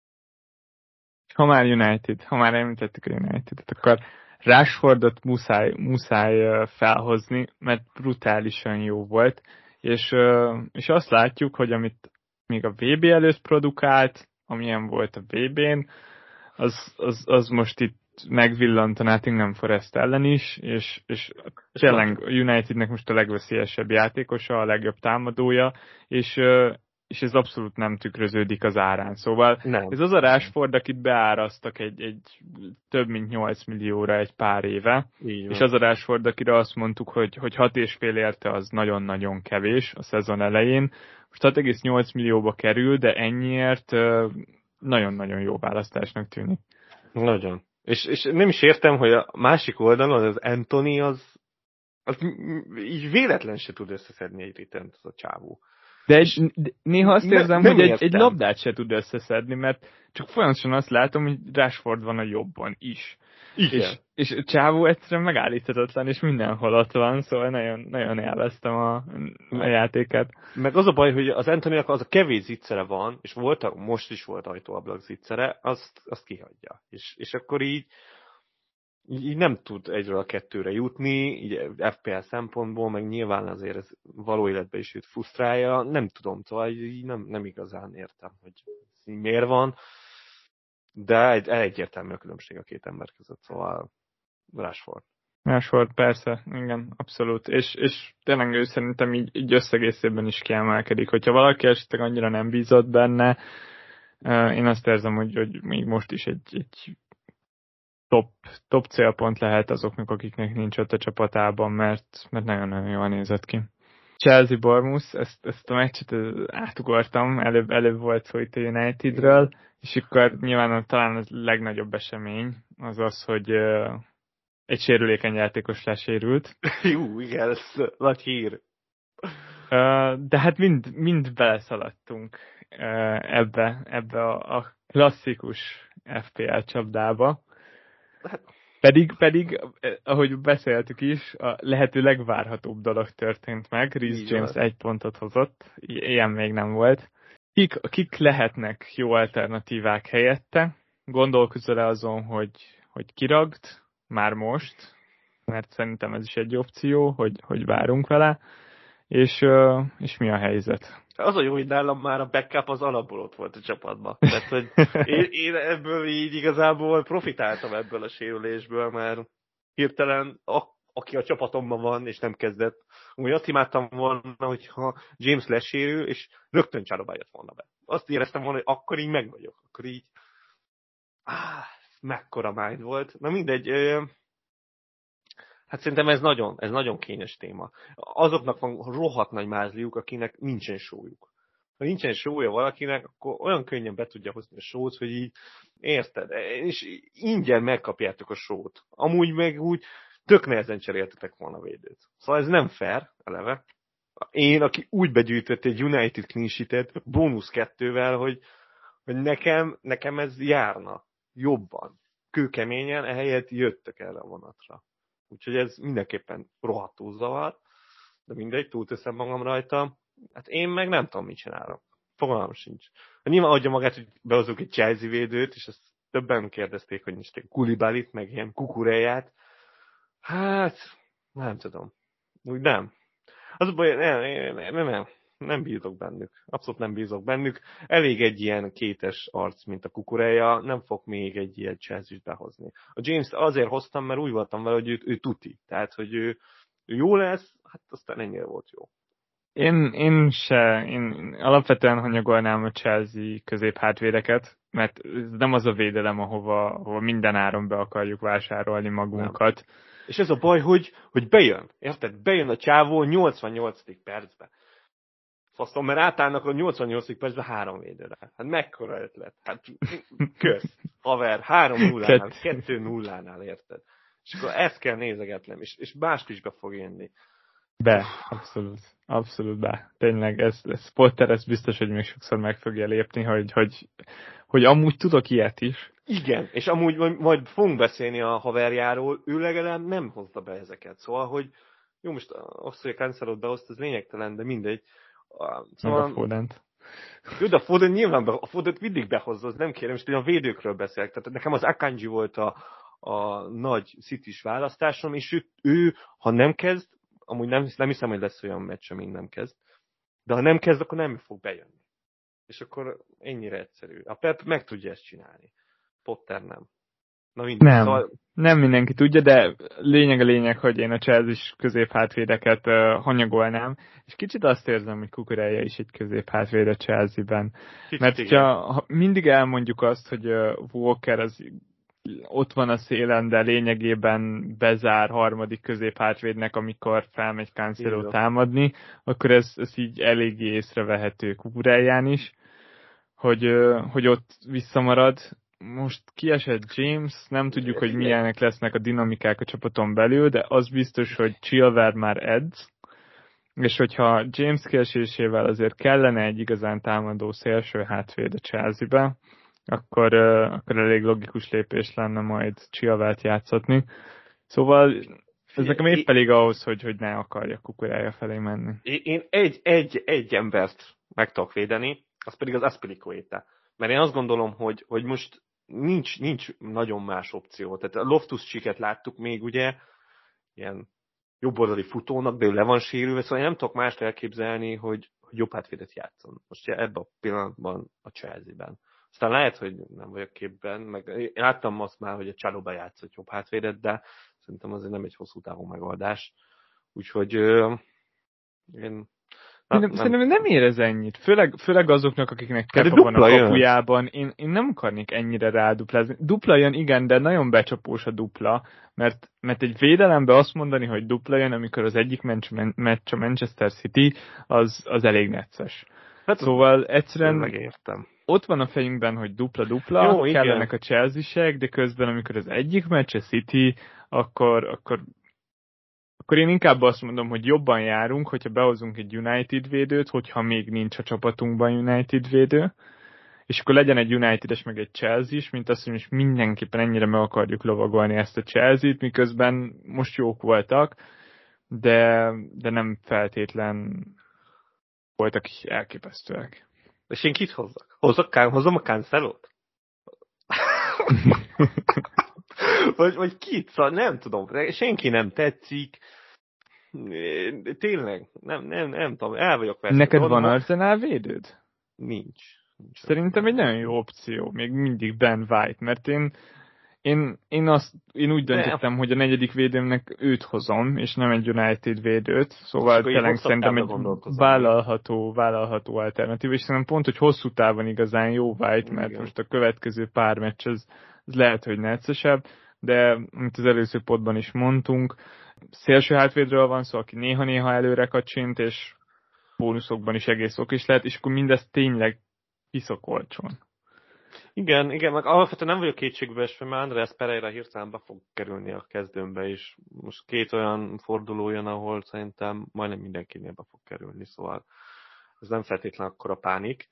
Ha már United, ha már említettük a United-et, akkor Rashfordot muszáj, muszáj felhozni, mert brutálisan jó volt, és, és azt látjuk, hogy amit még a vé bé előtt produkált, amilyen volt a vé bén, az, az, az most itt megvillant a Nottingham Forest ellen is, és, és tényleg Unitednek most a legveszélyesebb játékosa, a legjobb támadója, és, és ez abszolút nem tükröződik az árán. Szóval nem. Ez az a Rashford, akit beárasztak egy, egy több mint nyolc millióra egy pár éve, és az a Rashford, akire azt mondtuk, hogy, hogy hat és fél érte, az nagyon-nagyon kevés a szezon elején. Most hat egész nyolc millióba kerül, de ennyiért nagyon-nagyon jó választásnak tűnik. Nagyon. És, és nem is értem, hogy a másik oldalon az Anthony az, az így véletlen se tud összeszedni egy ritent az a csávó. De, egy, de néha azt érzem, ne, hogy egy, egy labdát se tud összeszedni, mert csak folyamatosan azt látom, hogy Rashford van a jobban is. Igen. És, és Csávó egyszerűen megállíthatatlan, és mindenhol ott van, szóval nagyon, nagyon élveztem a, a játékát. Meg az a baj, hogy az Anthonynak az a kevés zicsere van, és volt, most is volt ajtóablak zicsere, azt, azt kihagyja. És, és akkor így, így nem tud egyről a kettőre jutni, így ef pé el szempontból, meg nyilván azért ez való életben is őt frusztrálja, nem tudom, szóval így nem, nem igazán értem, hogy ez miért van. De egy, egyértelmű a különbség a két ember között, szóval Rashford. Rashford, persze, igen, abszolút. És, és tényleg ő szerintem így, így összegészében is kiemelkedik. Hogyha valaki esetleg annyira nem bízott benne, én azt érzem, hogy, hogy még most is egy, egy top, top célpont lehet azoknak, akiknek nincs ott a csapatában, mert, mert nagyon-nagyon jól nézett ki. Chelsea Bournemouth, ezt, ezt a meccset átugortam, előbb, előbb volt szó itt a Unitedről, és akkor nyilván talán a legnagyobb esemény az az, hogy uh, egy sérülékeny játékos lesérült. Jú, igen, ez nagy hír. Uh, de hát mind, mind beleszaladtunk uh, ebbe, ebbe a, a klasszikus ef pé el csapdába. Hát, Pedig, pedig, ahogy beszéltük is, a lehető legvárhatóbb dolog történt meg. Reece James egy pontot hozott, ilyen még nem volt. Kik, kik lehetnek jó alternatívák helyette? Gondolkozol-e azon, hogy, hogy kiragd már most, mert szerintem ez is egy opció, hogy, hogy várunk vele, és, és mi a helyzet? Az a jó, hogy nálam már a backup az alapból ott volt a csapatban. Tehát, hogy én, én ebből így igazából profitáltam ebből a sérülésből, mert hirtelen, a, aki a csapatomban van, és nem kezdett, úgy azt imádtam volna, hogyha James lesérül, és rögtön Csalobá jött volna be. Azt éreztem volna, hogy akkor így meg vagyok. Akkor így, áh, mekkora mind volt. Na mindegy, ö, hát szerintem ez nagyon, ez nagyon kényes téma. Azoknak van rohadt nagy mázliuk, akinek nincsen sójuk. Ha nincsen sója valakinek, akkor olyan könnyen be tudja hozni a sót, hogy így, érted? És ingyen megkapjátok a sót. Amúgy meg úgy tök nehezen cseréltetek volna védőt. Szóval ez nem fair, eleve. Én, aki úgy begyűjtött egy United clean sheetet, bónusz kettővel, hogy, hogy nekem, nekem ez járna jobban. Kőkeményen, ehelyett jöttök erre a vonatra. Úgyhogy ez mindenképpen rohadtul zavar, de mindegy, túlteszem magam rajta. Hát én meg nem tudom, mit csinálok. Fogalmam sincs. Nyilván adja magát, hogy behozok egy Chelsea védőt, és ezt többen kérdezték, hogy most egy Koulibalyt, meg ilyen Kukureját. Hát, nem tudom. Úgy nem. Az a baj, nem, nem, nem, nem, nem bízok bennük. Abszolút nem bízok bennük. Elég egy ilyen kétes arc, mint a Kukureja, nem fog még egy ilyen Chelsea-t behozni. A James-t azért hoztam, mert úgy voltam vele, hogy ő, ő tuti. Tehát, hogy ő, ő jó lesz, hát aztán ennyire volt jó. Én, én se, én alapvetően hanyagolnám a Chelsea középhátvédeket, mert ez nem az a védelem, ahova, ahova minden áron be akarjuk vásárolni magunkat. Nem. És ez a baj, hogy, hogy bejön, érted? Bejön a csávó nyolcvannyolcadik percben. Faszom, mert átállnak a nyolcvannyolcadik percben három védőre. Hát mekkora ötlet? Hát kösz, haver, három nullánál, kettő nullánál, érted? És akkor ezt kell nézegetnem, és, és mást is be fog jönni. Be, abszolút, abszolút be. Tényleg, ez, ez Potter, ez biztos, hogy még sokszor meg fogja lépni, hogy, hogy, hogy amúgy tudok ilyet is. Igen, és amúgy majd, majd fogunk beszélni a haverjáról, ő legalább nem hozta be ezeket. Szóval, hogy jó, most azt, hogy a Cancelot behozta, az lényegtelen, de mindegy. Szóval... Meg a Fodent. Jó, de a Foden nyilván be, a Fodent mindig behozza, az nem kérem, és a védőkről beszélek. Tehát nekem az Akanji volt a, a nagy City-s választásom, és ő, ő, ha nem kezd, amúgy nem, nem hiszem, hogy lesz olyan meccs, amin nem kezd, de ha nem kezd, akkor nem fog bejönni. És akkor ennyire egyszerű. A Pep meg tudja ezt csinálni. Potter nem. Na mindig. Nem, szóval... nem mindenki tudja, de lényeg a lényeg, hogy én a Chelsea-s középhátvédeket uh, hanyagolnám, és kicsit azt érzem, hogy Cucurella is egy középhátvéd a Chelsea-ben. Kicsit Mert ha, ha mindig elmondjuk azt, hogy uh, Walker az ott van a szélen, de lényegében bezár harmadik középhátvédnek, amikor felmegy Cancelo támadni, akkor ez, ez így eléggé észrevehető Cucurellán is, hogy, uh, hogy ott visszamarad. Most kiesett James, nem tudjuk, hogy milyenek lesznek a dinamikák a csapaton belül, de az biztos, hogy Chilwell már edz, és hogyha James kiesésével azért kellene egy igazán támadó szélső hátvéd a Chelsea-be, akkor, uh, akkor elég logikus lépés lenne majd Chilwellt játszatni. Szóval ez nekem épp elég ahhoz, hogy, hogy ne akarja Cucurella felé menni. Én egy, egy, egy embert meg tudok védeni, az pedig az Azpilicueta. Mert én azt gondolom, hogy, hogy most nincs, nincs nagyon más opció. Tehát a Loftus-Cheeket láttuk még ugye, ilyen jobboldali futónak, de ő le van sérülve, szóval én nem tudok mást elképzelni, hogy, hogy jobb hátvédet játszon. Most ebben a pillanatban a Chelsea-ben. Aztán lehet, hogy nem vagyok képben, meg én láttam azt már, hogy a Csalóba játszott jobb hátvédet, de szerintem azért nem egy hosszú távú megoldás. Úgyhogy ö, én Szerintem, szerintem nem érez ennyit. Főleg, főleg azoknak, akiknek Kepa van a kapujában. Én, én nem akarnék ennyire ráduplázni. Dupla jön, igen, de nagyon becsapós a dupla, mert, mert egy védelembe azt mondani, hogy dupla jön, amikor az egyik meccs a Manchester City, az, az elég necces. Hát szóval egyszerűen megértem. Ott van a fejünkben, hogy dupla-dupla, Jó, kellenek a Chelsea-sek, de közben, amikor az egyik meccs a City, akkor, akkor akkor én inkább azt mondom, hogy jobban járunk, hogyha behozunk egy United védőt, hogyha még nincs a csapatunkban United védő, és akkor legyen egy United-es meg egy Chelsea is, mint azt, hogy most mindenképpen ennyire meg akarjuk lovagolni ezt a Chelsea-t, miközben most jók voltak, de, de nem feltétlen voltak elképesztőek. És én kit hozzak? Hozzak, hozom a Cancelót? vagy, vagy kit? Szóval nem tudom. Senki nem tetszik. Tényleg, nem, nem, nem tudom, el vagyok veszve. Neked van Arsenal védőd? Nincs. Nincs. Szerintem egy nagyon jó opció, még mindig Ben White, mert én, én, én, azt, én úgy döntöttem, hogy a negyedik védőmnek őt hozom, és nem egy United védőt, szóval tényleg szerintem egy vállalható, vállalható alternatív, és szerintem pont, hogy hosszú távon igazán jó White, mert Igen. most a következő pár meccs az, az lehet, hogy neccesebb, de mint az előző pontban is mondtunk, szélső hátvédről van szó, aki néha-néha előre kacsint, és bónuszokban is egész ok is lehet, és akkor mindez tényleg piszok olcsón. Igen, igen, meg alapvetően nem vagyok kétségbe esve, mert András Pereira hirtelen be fog kerülni a kezdőmbe, és most két olyan forduló jön, ahol szerintem majdnem mindenkinél be fog kerülni, szóval ez nem feltétlenül akkora pánik,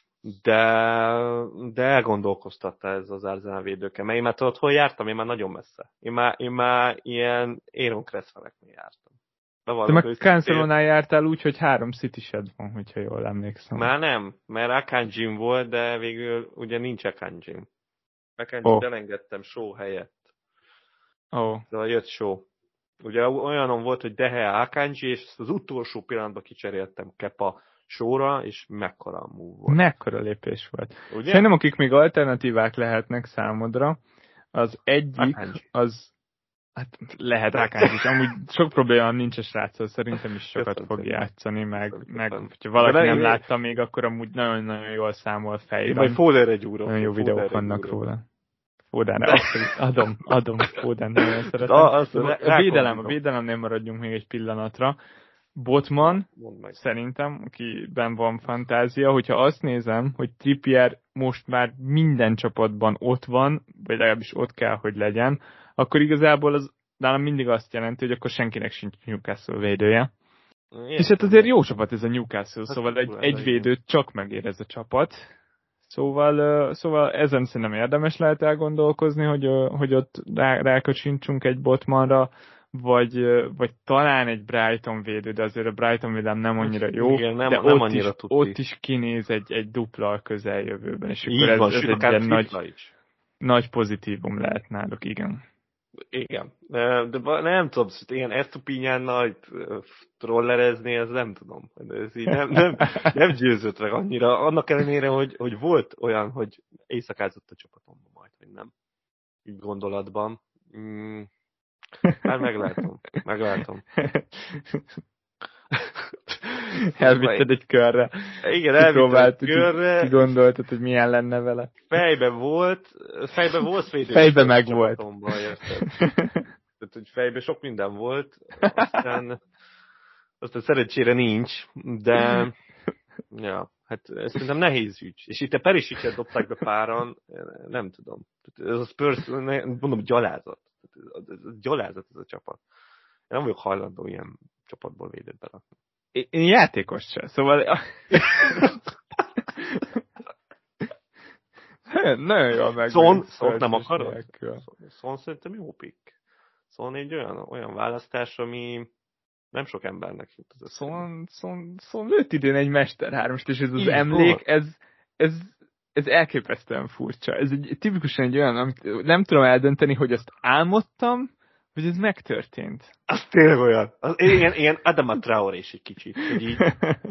de, de elgondolkoztatta ez az Arsenal védőke, mert én már tudod, hol jártam? Én már nagyon messze. Én már, én már ilyen Aaron Cresswelleknél jártam. De meg Cancelónál jártál úgy, hogy három City-sed van, hogyha jól emlékszem. Már nem, mert Akanjim volt, de végül ugye nincs Akanjim. Akanjim oh. elengedtem show helyett. Oh. De jött show. Ugye olyanom volt, hogy Dehe Akanji, és az utolsó pillanatban kicseréltem Kepa showra, és mekkora move volt. Mekkora lépés volt. Ugye? Szerintem, akik még alternatívák lehetnek számodra, az egyik, Akanji. az hát lehet Akanji is. Amúgy sok probléma nincs a sráccal, szerintem is sokat Köszönöm. fog játszani, meg, meg hogyha valaki nem látta még, akkor amúgy nagyon-nagyon jól számol fejben. Majd Fodenre gyúrom. Nagyon jó videók vannak róla. Fodenre, adom, adom Foden, nagyon szeretem. A, a, védelem, a védelemnél maradjunk még egy pillanatra. Botman, szerintem, akiben van fantázia, hogyha azt nézem, hogy Trippier most már minden csapatban ott van, vagy legalábbis ott kell, hogy legyen, akkor igazából az nálam mindig azt jelenti, hogy akkor senkinek sincs Newcastle védője. Ilyen. És hát azért jó csapat ez a Newcastle, hát szóval egy, egy védőt csak megér ez a csapat. Szóval, szóval ezen szerintem érdemes lehet elgondolkozni, hogy, hogy ott rá, rákacsintsunk egy Botmanra, vagy, vagy talán egy Brighton védő, de azért a Brighton védelem nem annyira jó, igen, nem, de nem ott, annyira is, ott is kinéz egy, egy dupla a közeljövőben, és így akkor ez, van, ez egy ilyen nagy, is. nagy pozitívum lehet náluk, igen. Igen, de, de nem tudom, ilyen Estupiñánnal itt trollerezni, ez nem tudom. Ez így nem, nem, nem győzött meg annyira, annak ellenére, hogy, hogy volt olyan, hogy éjszakázott a csapatomban majd, vagy nem. Így gondolatban. Mm, már meglátom, meglátom. Elvitted egy körre. Igen, elvitted egy körre. Ki gondoltad, hogy milyen lenne vele. Fejbe volt, fejbe volt védő. Fejbe meg volt. Tehát, hogy fejbe sok minden volt, aztán, aztán szerencsére nincs, de ja, hát ez szerintem nehéz ügy. És itt a Perisicet dobták be páran, nem tudom. Ez a Spurs, mondom, gyalázat. Ez gyalázat ez a csapat. Én nem vagyok hajlandó ilyen csapatból védőt berakni. Én játékos sem, szóval... Nagyon jól meg. Son, Son nem akarod? Son szerintem jó pick. Son egy olyan, olyan választás, ami nem sok embernek jut. Son, Son, Son lőtt idén egy Mester hármast, és ez az Így emlék, ez, ez, ez elképesztően furcsa. Ez egy, tipikusan egy olyan, amit nem tudom eldönteni, hogy azt álmodtam, hogy ez megtörtént. Az tényleg olyan. Az, ilyen, ilyen Adama Traoré is egy kicsit. Hogy így...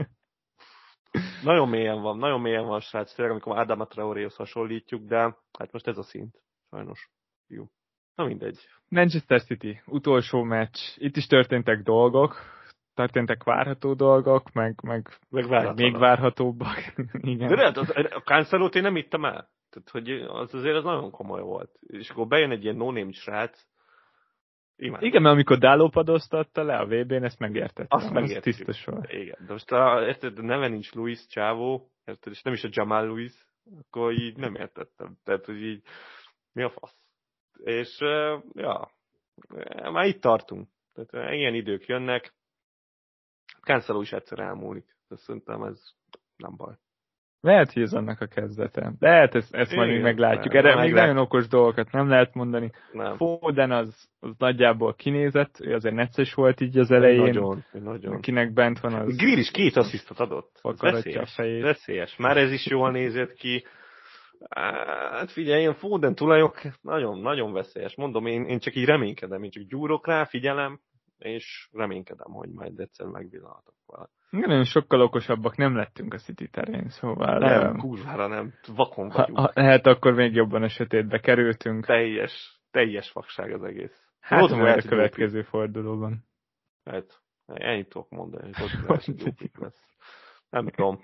Nagyon mélyen van, nagyon mélyen van, srác, tényleg, amikor Adama Traoréhoz hasonlítjuk, de hát most ez a szint. Sajnos. Jó. Na mindegy. Manchester City, utolsó meccs. Itt is történtek dolgok, történtek várható dolgok, meg, meg, meg még várhatóbbak. Igen. De lehet, az, a Cancelót én nem ittem el. Tehát, hogy az azért az nagyon komoly volt. És akkor bejön egy ilyen no-name srác. Imádom. Igen, mert amikor Dálópadoztatta le a vé bén, ezt megértettem. Azt megértjük. Tisztos volt. Igen. De most a, érted, neve nincs Luis Csávó, érted, és nem is a Jamal Luis, akkor így nem értettem. Tehát, hogy így mi a fasz? És, uh, ja, már itt tartunk. Tehát ilyen idők jönnek. Cancelo is egyszer elmúlik. De szerintem ez nem baj. Lehet, hogy ez annak a kezdete. Lehet, ezt, ezt majd még meglátjuk. Erre még meglátjuk. Nagyon okos dolgokat nem lehet mondani. Nem. Foden az, az nagyjából kinézett, ő azért necces volt így az elején. Nagyon, nagyon. Kinek bent van az... Grill is két asszisztot adott. Veszélyes, veszélyes. Már ez is jól nézett ki. Hát figyelj, ilyen Foden tulajok nagyon, nagyon veszélyes. Mondom, én, én csak így reménykedem, én csak gyúrok rá, figyelem, és reménykedem, hogy majd egyszer megvillalhatok vele. Nagyon sokkal okosabbak nem lettünk a City terén, szóval... Nem, um, kurvára nem, vakon vagyunk. Ha, lehet, akkor még jobban a sötétbe kerültünk. Teljes, teljes vakság az egész. Hát, majd a következő fordulóban. Hát, ennyit tudok mondani, hogy lesz. Nem tudom.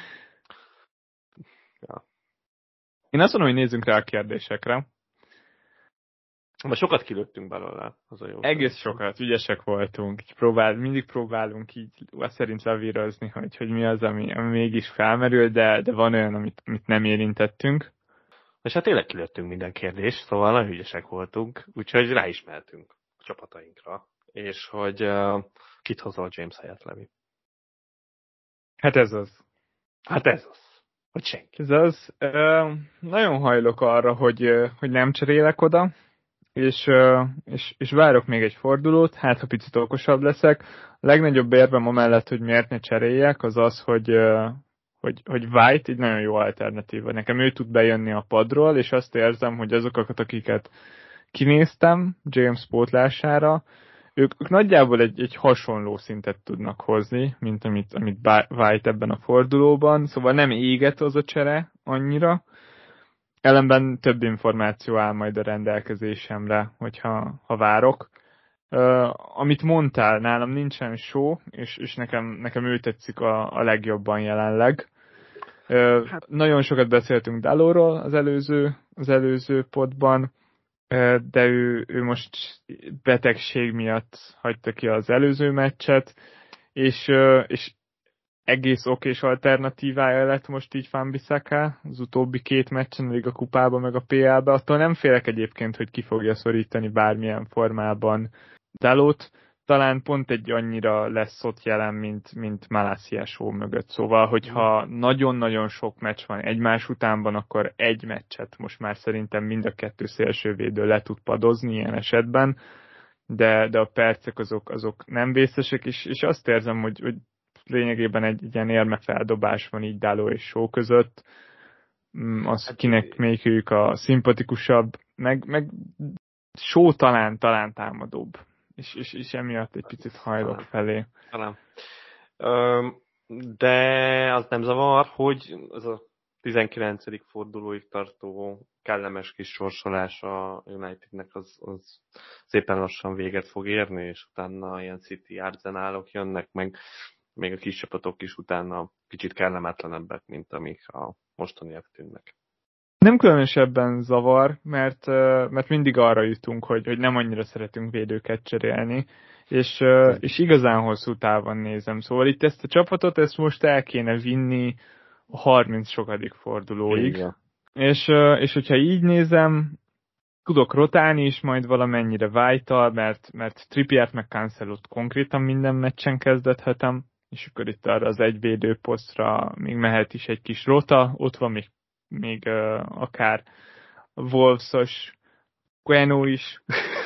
Ja. Én azt mondom, hogy nézzünk rá a kérdésekre. Most sokat kilőttünk belőle, az a jó. Egész sokat, ügyesek voltunk. Próbál, mindig próbálunk így azt szerint lavírozni, hogy, hogy mi az, ami, ami mégis felmerül, de, de van olyan, amit, amit nem érintettünk. És hát tényleg kilőttünk minden kérdést, szóval nagyon ügyesek voltunk, úgyhogy ráismertünk a csapatainkra, és hogy uh, kit hozol James helyett, Levi. Hát ez az. Hát ez az. Hogy senki. Ez az. Uh, nagyon hajlok arra, hogy, uh, hogy nem cserélek oda, és, és, és várok még egy fordulót, hát ha picit okosabb leszek. A legnagyobb érvem amellett, hogy miért ne cseréljek, az az, hogy, hogy, hogy White egy nagyon jó alternatíva. Nekem ő tud bejönni a padról, és azt érzem, hogy azokat, akiket kinéztem James pótlására, ők, ők nagyjából egy, egy hasonló szintet tudnak hozni, mint amit, amit White ebben a fordulóban, szóval nem éget az a csere annyira. Ellenben több információ áll majd a rendelkezésemre, hogyha ha várok. Uh, amit mondtál, nálam nincsen show, és, és nekem, nekem ő tetszik a, a legjobban jelenleg. Uh, hát. Nagyon sokat beszéltünk Dalóról az előző, az előző podban, uh, de ő, ő most betegség miatt hagyta ki az előző meccset, és, uh, és egész okés alternatívája lett most így Wan-Bissaka az utóbbi két meccsen, a kupába meg a pé el-be. Attól nem félek egyébként, hogy ki fogja szorítani bármilyen formában Dalót. Talán pont egy annyira lesz ott jelen, mint, mint Malacia show mögött. Szóval, hogyha nagyon-nagyon sok meccs van egymás utánban, akkor egy meccset most már szerintem mind a kettő szélsővédő le tud padozni ilyen esetben. de, de a percek azok, azok nem vészesek, és, és azt érzem, hogy, hogy lényegében egy, egy ilyen érmefeldobás van így Dáló és Shaw között, az Hát, kinek melyikük a szimpatikusabb, meg, meg Shaw talán, talán támadóbb, és, és, és emiatt egy picit hajlok talán, felé. talán. Öm, de az nem zavar, hogy az a tizenkilencedik fordulóig tartó kellemes kis sorsolás a Unitednek az, az szépen lassan véget fog érni, és utána ilyen City Arsenalok jönnek, meg még a kis csapatok is utána kicsit kellemetlenebbek, mint amik a mostaniak tűnnek. Nem különösebben zavar, mert, mert mindig arra jutunk, hogy, hogy nem annyira szeretünk védőket cserélni, és, és igazán hosszú távon nézem. Szóval itt ezt a csapatot, ezt most el kéne vinni a harminc sokadik fordulóig. Igen. És, és hogyha így nézem, tudok rotálni is majd valamennyire White-tal, mert, mert Trippiert meg Cancelot konkrétan minden meccsen kezdethetem, és akkor itt arra az egy védőposztra még mehet is egy kis rota, ott van még, még uh, akár Wolves-os Queno is.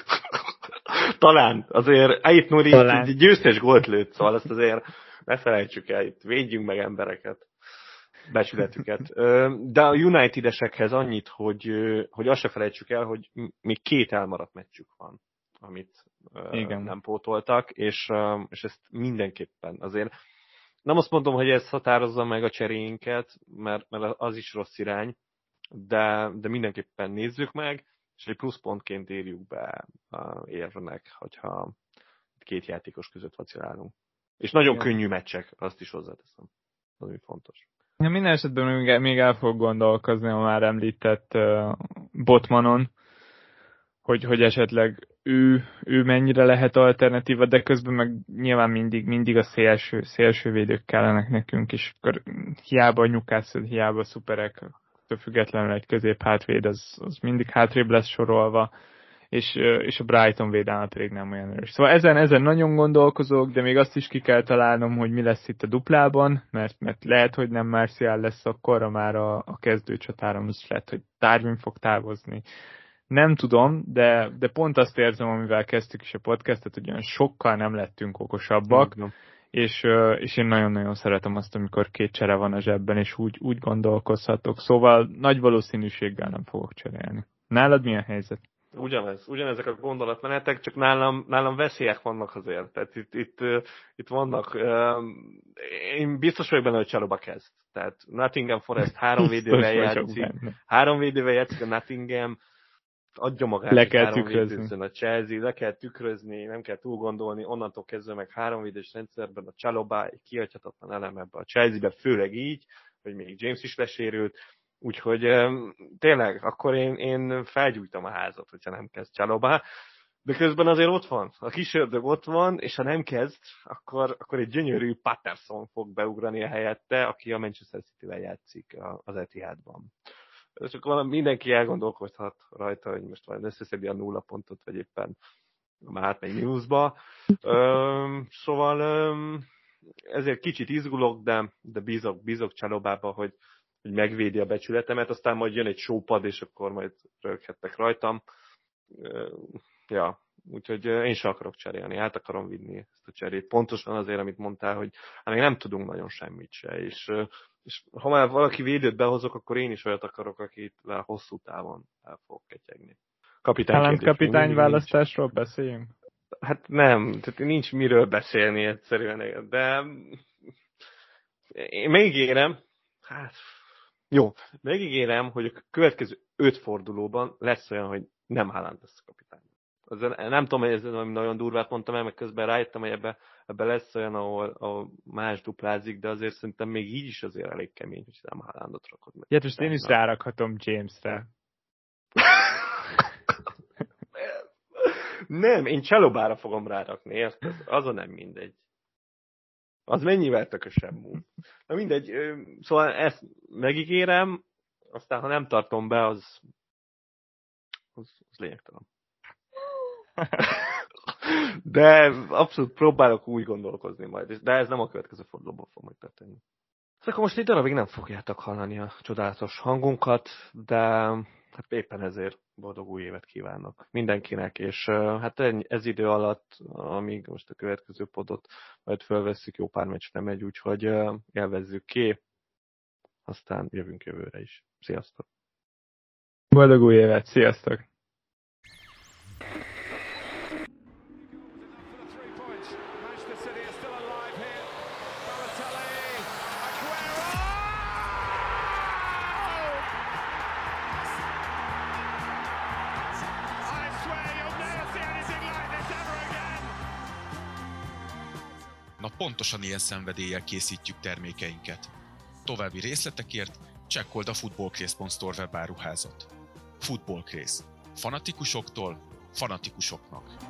Talán, azért Ait Nuri egy győztes gólt lőtt, szóval ezt azért ne felejtsük el, itt védjünk meg embereket, becsületüket. De a United-esekhez annyit, hogy, hogy azt se felejtsük el, hogy még két elmaradt meccsük van, amit igen. nem pótoltak, és, és ezt mindenképpen azért nem azt mondom, hogy ez határozza meg a cseréinket, mert, mert az is rossz irány, de, de mindenképpen nézzük meg, és egy pluszpontként érjük be érvnek, hogyha két játékos között vacilálunk. És nagyon igen. könnyű meccsek, azt is hozzáteszem. Az mi fontos. Ja, minden esetben még, még el fog gondolkozni a már említett uh, Botmanon, hogy, hogy esetleg ő, ő mennyire lehet alternatíva, de közben meg nyilván mindig, mindig a szélső, szélső védők kellenek nekünk, és akkor hiába a Newcastle, hiába a szuperek, függetlenül egy közép-hátvéd, az, az mindig hátrébb lesz sorolva, és, és a Brighton védelme pedig nem olyan erős. Szóval ezen, ezen nagyon gondolkozok, de még azt is ki kell találnom, hogy mi lesz itt a duplában, mert, mert lehet, hogy nem Martial lesz akkorra már a, a kezdőcsatáron, az lehet, hogy Darwin fog távozni. Nem tudom, de, de pont azt érzem, amivel kezdtük is a podcastet, hogy olyan sokkal nem lettünk okosabbak, mm-hmm. és, és én nagyon-nagyon szeretem azt, amikor két csere van a zsebben, és úgy, úgy gondolkozhatok. Szóval nagy valószínűséggel nem fogok cserélni. Nálad mi a helyzet? Ugyanez, ugyanezek a gondolatmenetek, csak nálam, nálam veszélyek vannak azért. Tehát itt, itt, itt vannak, én biztos vagyok benne, hogy Csalóba kezd. Tehát Nottingham Forest három védővel játszik, három védővel játszik a Nottingham, adja magát, le kell tükrözni. A Chelsea, le kell tükrözni, nem kell túl gondolni, onnantól kezdve meg háromvédős rendszerben a Chalobah egy kihagyhatatlan elem ebbe a Chelsea-be, főleg így, hogy még James is lesérült, úgyhogy tényleg, akkor én, én felgyújtam a házat, hogyha nem kezd Chalobah, de közben azért ott van, a kis ördög ott van, és ha nem kezd, akkor, akkor egy gyönyörű Patterson fog beugrani a helyette, aki a Manchester City-vel játszik az Etihadban. Csak valami, mindenki elgondolkodhat rajta, hogy most vajon összeszedi a nulla pontot, vagy éppen már átmegy mínuszba. Öm, szóval öm, ezért kicsit izgulok, de, de bízok, bízok Csalobába, hogy, hogy megvédi a becsületemet, aztán majd jön egy showpad, és akkor majd röghettek rajtam. Öm, ja, úgyhogy én sem akarok cserélni, át akarom vinni ezt a cserét. Pontosan azért, amit mondtál, hogy hát még nem tudunk nagyon semmit se, és és ha már valaki védőt behozok, akkor én is olyat akarok, akitvel hosszú távon el fogok ketyegni. Kapitány kapitány választásról nincs. Beszéljünk? Hát nem, tehát nincs miről beszélni egyszerűen, de én megígérem, hát jó, megígérem, hogy a következő öt fordulóban lesz olyan, hogy nem Haaland lesz a kapitány. Nem tudom, hogy ez nagyon durvát mondtam el, meg közben rájöttem, hogy ebbe, ebbe lesz olyan, ahol, ahol más duplázik, de azért szerintem még így is azért elég kemény, hogy nem Haalandot rakod meg. Ja, most én is rárakhatom Jamesre. Nem, én Chalobára fogom rárakni, érted? Azon nem mindegy. Az mennyivel tökösebb move. Na mindegy, szóval ezt megígérem, aztán ha nem tartom be, az, az, az lényegtelen. De abszolút próbálok úgy gondolkozni majd, de ez nem a következő fordulóban fog majd történni. Szóval akkor most egy darabig nem fogjátok hallani a csodálatos hangunkat, de hát éppen ezért boldog új évet kívánok mindenkinek, és hát ez idő alatt, amíg most a következő podot majd fölvesszük, jó pár meccs nem megy, úgyhogy élvezzük ki, aztán jövünk jövőre is. Sziasztok! Boldog új évet! Sziasztok! Na pontosan ilyen szenvedéllyel készítjük termékeinket. További részletekért csekkold a footballcraze pont store webáruházat. Footballcraze. Fanatikusoktól fanatikusoknak.